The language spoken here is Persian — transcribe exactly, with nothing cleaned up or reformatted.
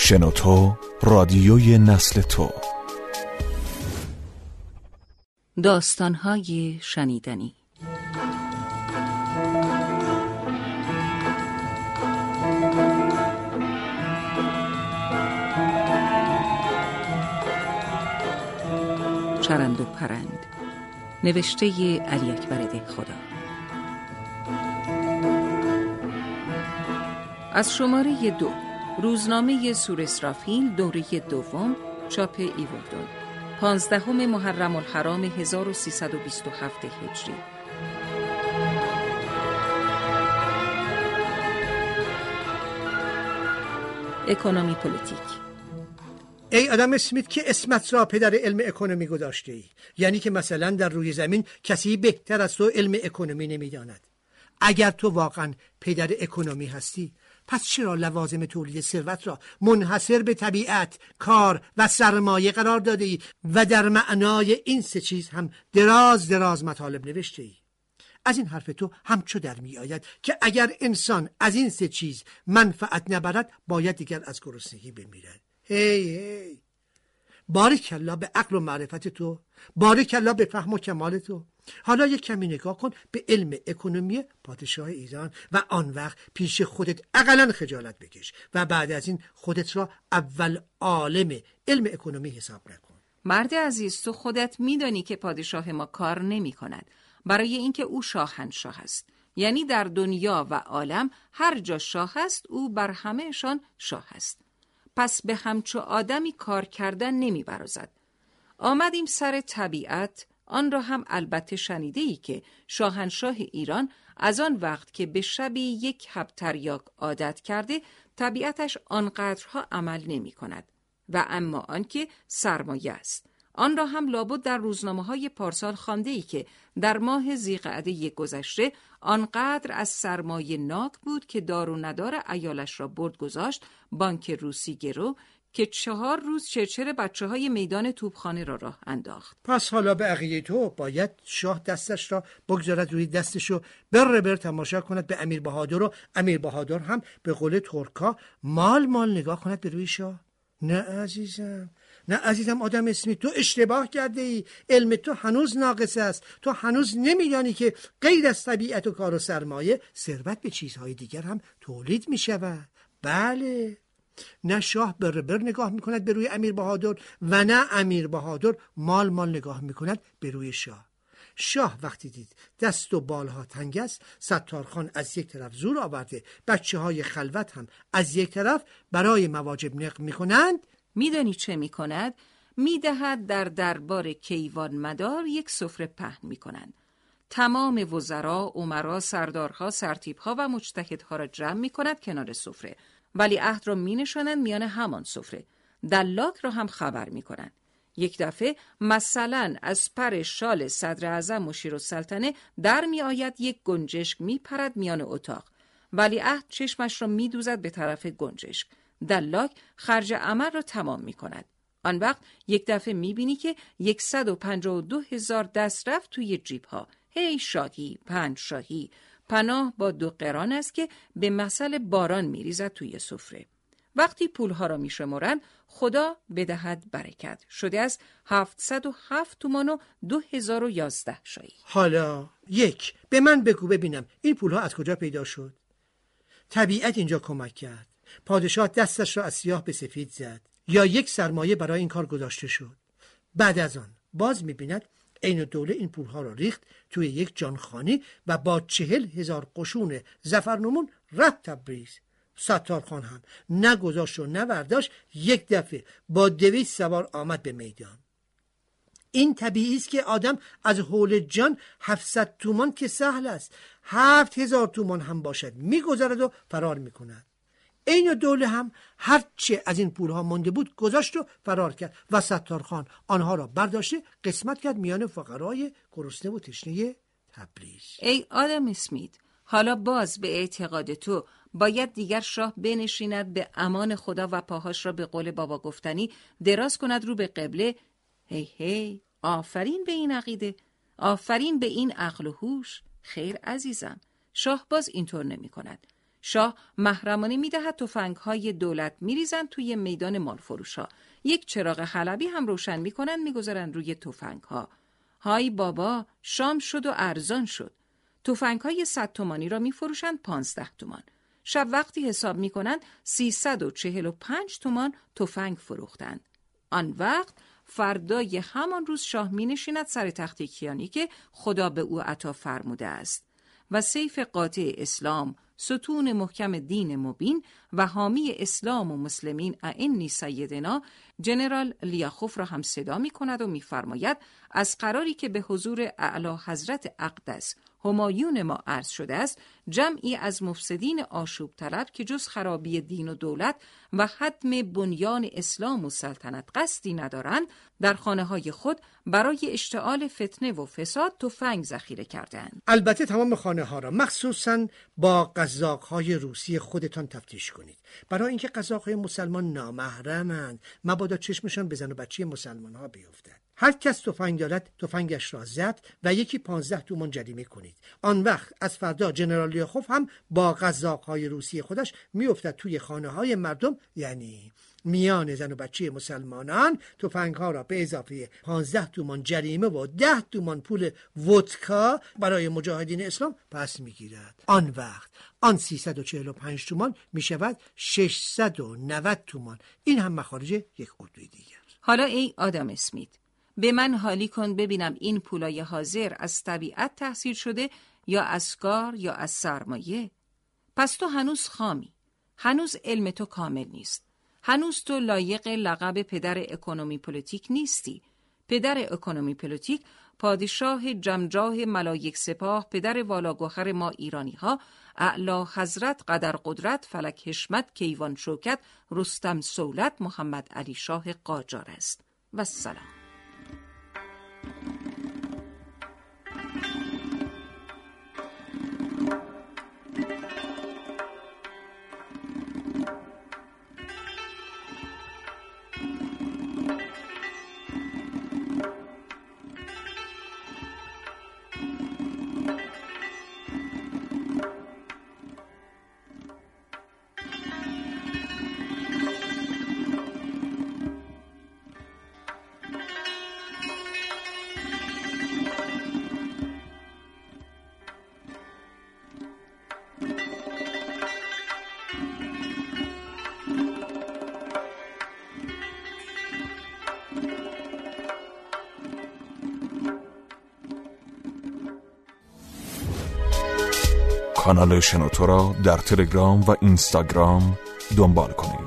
شنوتو رادیوی نسل تو. داستان‌های شنیدنی. چرند و پرند، نوشته علی اکبر دهخدا. از شماره دو، روزنامه سور اسرافیل، دوره دوم، چاپ ایوردون، پانزدهم محرم الحرام هزار و سیصد و بیست و هفت هجری. اکونومی پلیتیک. ای آدم اسمیت که اسمت را پدر علم اکونومی گذاشته ای، یعنی که مثلا در روی زمین کسی بهتر از تو علم اکونومی نمیداند. اگر تو واقعا پدر اکونومی هستی، پس چرا لوازم تولید ثروت را منحصر به طبیعت، کار و سرمایه قرار داده ای و در معنای این سه چیز هم دراز دراز مطالب نوشته ای؟ از این حرف تو همچو در می آید که اگر انسان از این سه چیز منفعت نبرد، باید دیگر از گرسنگی بمیرد. هی هی باریکالله به عقل و معرفت تو، باریکالله به فهم و کمال تو. حالا یک کمی نگاه کن به علم اکونومی پادشاه ایران و آن وقت پیش خودت اقلن خجالت بکش و بعد از این خودت را اول عالم علم اکونومی حساب نکن. مرد عزیز، تو خودت میدانی که پادشاه ما کار نمی کند، برای اینکه او شاهنشاه است. یعنی در دنیا و عالم هر جا شاه است، او بر همهشان شاه است. پس به همچو آدمی کار کردن نمی برازد. آمدیم سر طبیعت. آن را هم البته شنیده ای که شاهنشاه ایران از آن وقت که به شبی یک حب تریاک عادت کرده، طبیعتش آنقدرها عمل نمی کند. و اما آنکه سرمایه است، آن را هم لابد در روزنامه‌های پارسال خوانده ای که در ماه ذی‌قعده گذشته آنقدر از سرمایه ناک بود که دار و ندار عیالش را برد گذاشت بانک روسی گرو که چهار روز چرچر بچه های میدان توپخانه را راه انداخت. پس حالا به عقیده تو باید شاه دستش را بگذارد روی دستش و بر بر تماشا کند به امیر بهادر و امیر بهادر هم به قول ترکا مال مال نگاه کند به روی شاه؟ نه عزیزم، نه عزیزم، آدم اسمی تو اشتباه کرده ای. علم تو هنوز ناقص است. تو هنوز نمیدانی که غیر از طبیعت و کار و سرمایه، ثروت به چیزهای دیگر هم تولید می شود. بله، نه شاه بر بر نگاه میکند به روی امیر بهادر و نه امیر بهادر مال مال نگاه میکند به روی شاه. شاه وقتی دید دست و بالها تنگ است، ستارخان از یک طرف زور آورده، بچه های خلوت هم از یک طرف برای مواجب نق میکنند. میدانی چه میکند؟ میدهد در دربار کیوان مدار یک سفره پهن میکنند. تمام وزرا، امرا، سردارها، سرتیبها و مجتهدها را جمع میکند کنار سفره. ولی عهد را می نشانند میان همان سفره. دلاک را هم خبر می کنند. یک دفعه مثلا از پر شال صدر اعظم مشیرالسلطنه در می آید یک گنجشک می پرد میان اتاق. ولی عهد چشمش را می دوزد به طرف گنجشک. دلاک خرج عمل را تمام می کند. آن وقت یک دفعه می بینی که یکصد و پنجاه و دو هزار دست رفت توی جیب ها. هی شاهی، پنج شاهی، پناه با دو قران است که به مثل باران میریزد توی سفره. وقتی پولها را میشمرند، خدا بدهد برکت، شده از هفتصد و هفت تومان و دو هزار و یازده شایی. حالا یک به من بگو ببینم این پولها از کجا پیدا شد؟ طبیعت اینجا کمک کرد، پادشاه دستش را از سیاه به سفید زد، یا یک سرمایه برای این کار گذاشته شد؟ بعد از آن باز میبیند عین دوله این پولها را ریخت توی یک جانخانی و با چهل هزار قشون ظفرنمون رفت تبریز. ستارخان هم نگذاشت و نورداشت، یک دفعه با دویست سوار آمد به میدان. این طبیعی است که آدم از حول جان هفتصد تومان که سهل است، هفت هزار تومان هم باشد میگذارد و فرار میکند. این دوله هم هرچه از این پولها مونده بود گذاشت و فرار کرد و ستارخان آنها را برداشته قسمت کرد میان فقرای گرسنه و تشنه تبریز. ای آدم اسمیت، حالا باز به اعتقاد تو باید دیگر شاه بنشیند به امان خدا و پاهاش را به قول بابا گفتنی دراز کند رو به قبله؟ هی هی، آفرین به این عقیده، آفرین به این عقل و هوش. خیر عزیزم، شاه باز اینطور نمی کند. شاه محرمانه می‌دهد تفنگ‌های دولت می‌ریزند توی میدان مالفروش‌ها. یک چراغ حلبی هم روشن می‌کنند می‌گذارند روی تفنگ‌ها. های بابا، شام شد و ارزان شد. تفنگ‌های صد تومانی را می‌فروشند پانزده تومان. شب وقتی حساب می‌کنند سیصد و چهل و پنج تومان تفنگ فروختند. آن وقت فردای همان روز شاه می‌نشیند سر تخت کیانی که خدا به او عطا فرموده است و سیف قاطع اسلام، ستون محکم دین مبین و حامی اسلام و مسلمین ائنی سیدنا جنرال لیاخوف را هم صدا می کند و می فرماید از قراری که به حضور اعلی حضرت اقدس همایون ما عرض شده است، جمعی از مفسدین آشوب طلب که جز خرابی دین و دولت و هدم بنیان اسلام و سلطنت قصدی ندارند، در خانه های خود برای اشتعال فتنه و فساد تفنگ ذخیره کردند. البته تمام خانه ها را مخصوصاً با قزاق های روسی خودتان تفتیش کنید، برای اینکه قزاق های مسلمان نامحرمند، مبادا چشمشان به زن و بچه مسلمان ها بیفتد. هر کس تفنگ دارد تفنگش را زد و یکی پانزده تومان جریمه کنید. آن وقت از فردا جنرال لیاخوف هم با قزاق‌های روسی خودش میافتد توی خانه‌های مردم، یعنی میان زن و بچه مسلمانان، تفنگ‌ها را به اضافه پانزده تومان جریمه و ده تومان پول ودکا برای مجاهدین اسلام پس میگیرد. آن وقت آن سیصد و چهل و پنج تومان میشود ششصد و نود تومان. این هم مخارج یک اردوی دیگر. حالا ای آدم اسمیت، به من حالی کن ببینم این پولای حاضر از طبیعت تحصیل شده یا از کار یا از سرمایه؟ پس تو هنوز خامی، هنوز علم تو کامل نیست، هنوز تو لایق لقب پدر اکونومی پلیتیک نیستی. پدر اکونومی پلیتیک، پادشاه جمجاه ملایک سپاه، پدر والاگوهر ما ایرانی ها، اعلی حضرت قدر قدرت فلک حشمت کیوان شوکت رستم سولت محمد علی شاه قاجار است. و سلام. کانال شنوتو را در تلگرام و اینستاگرام دنبال کنید.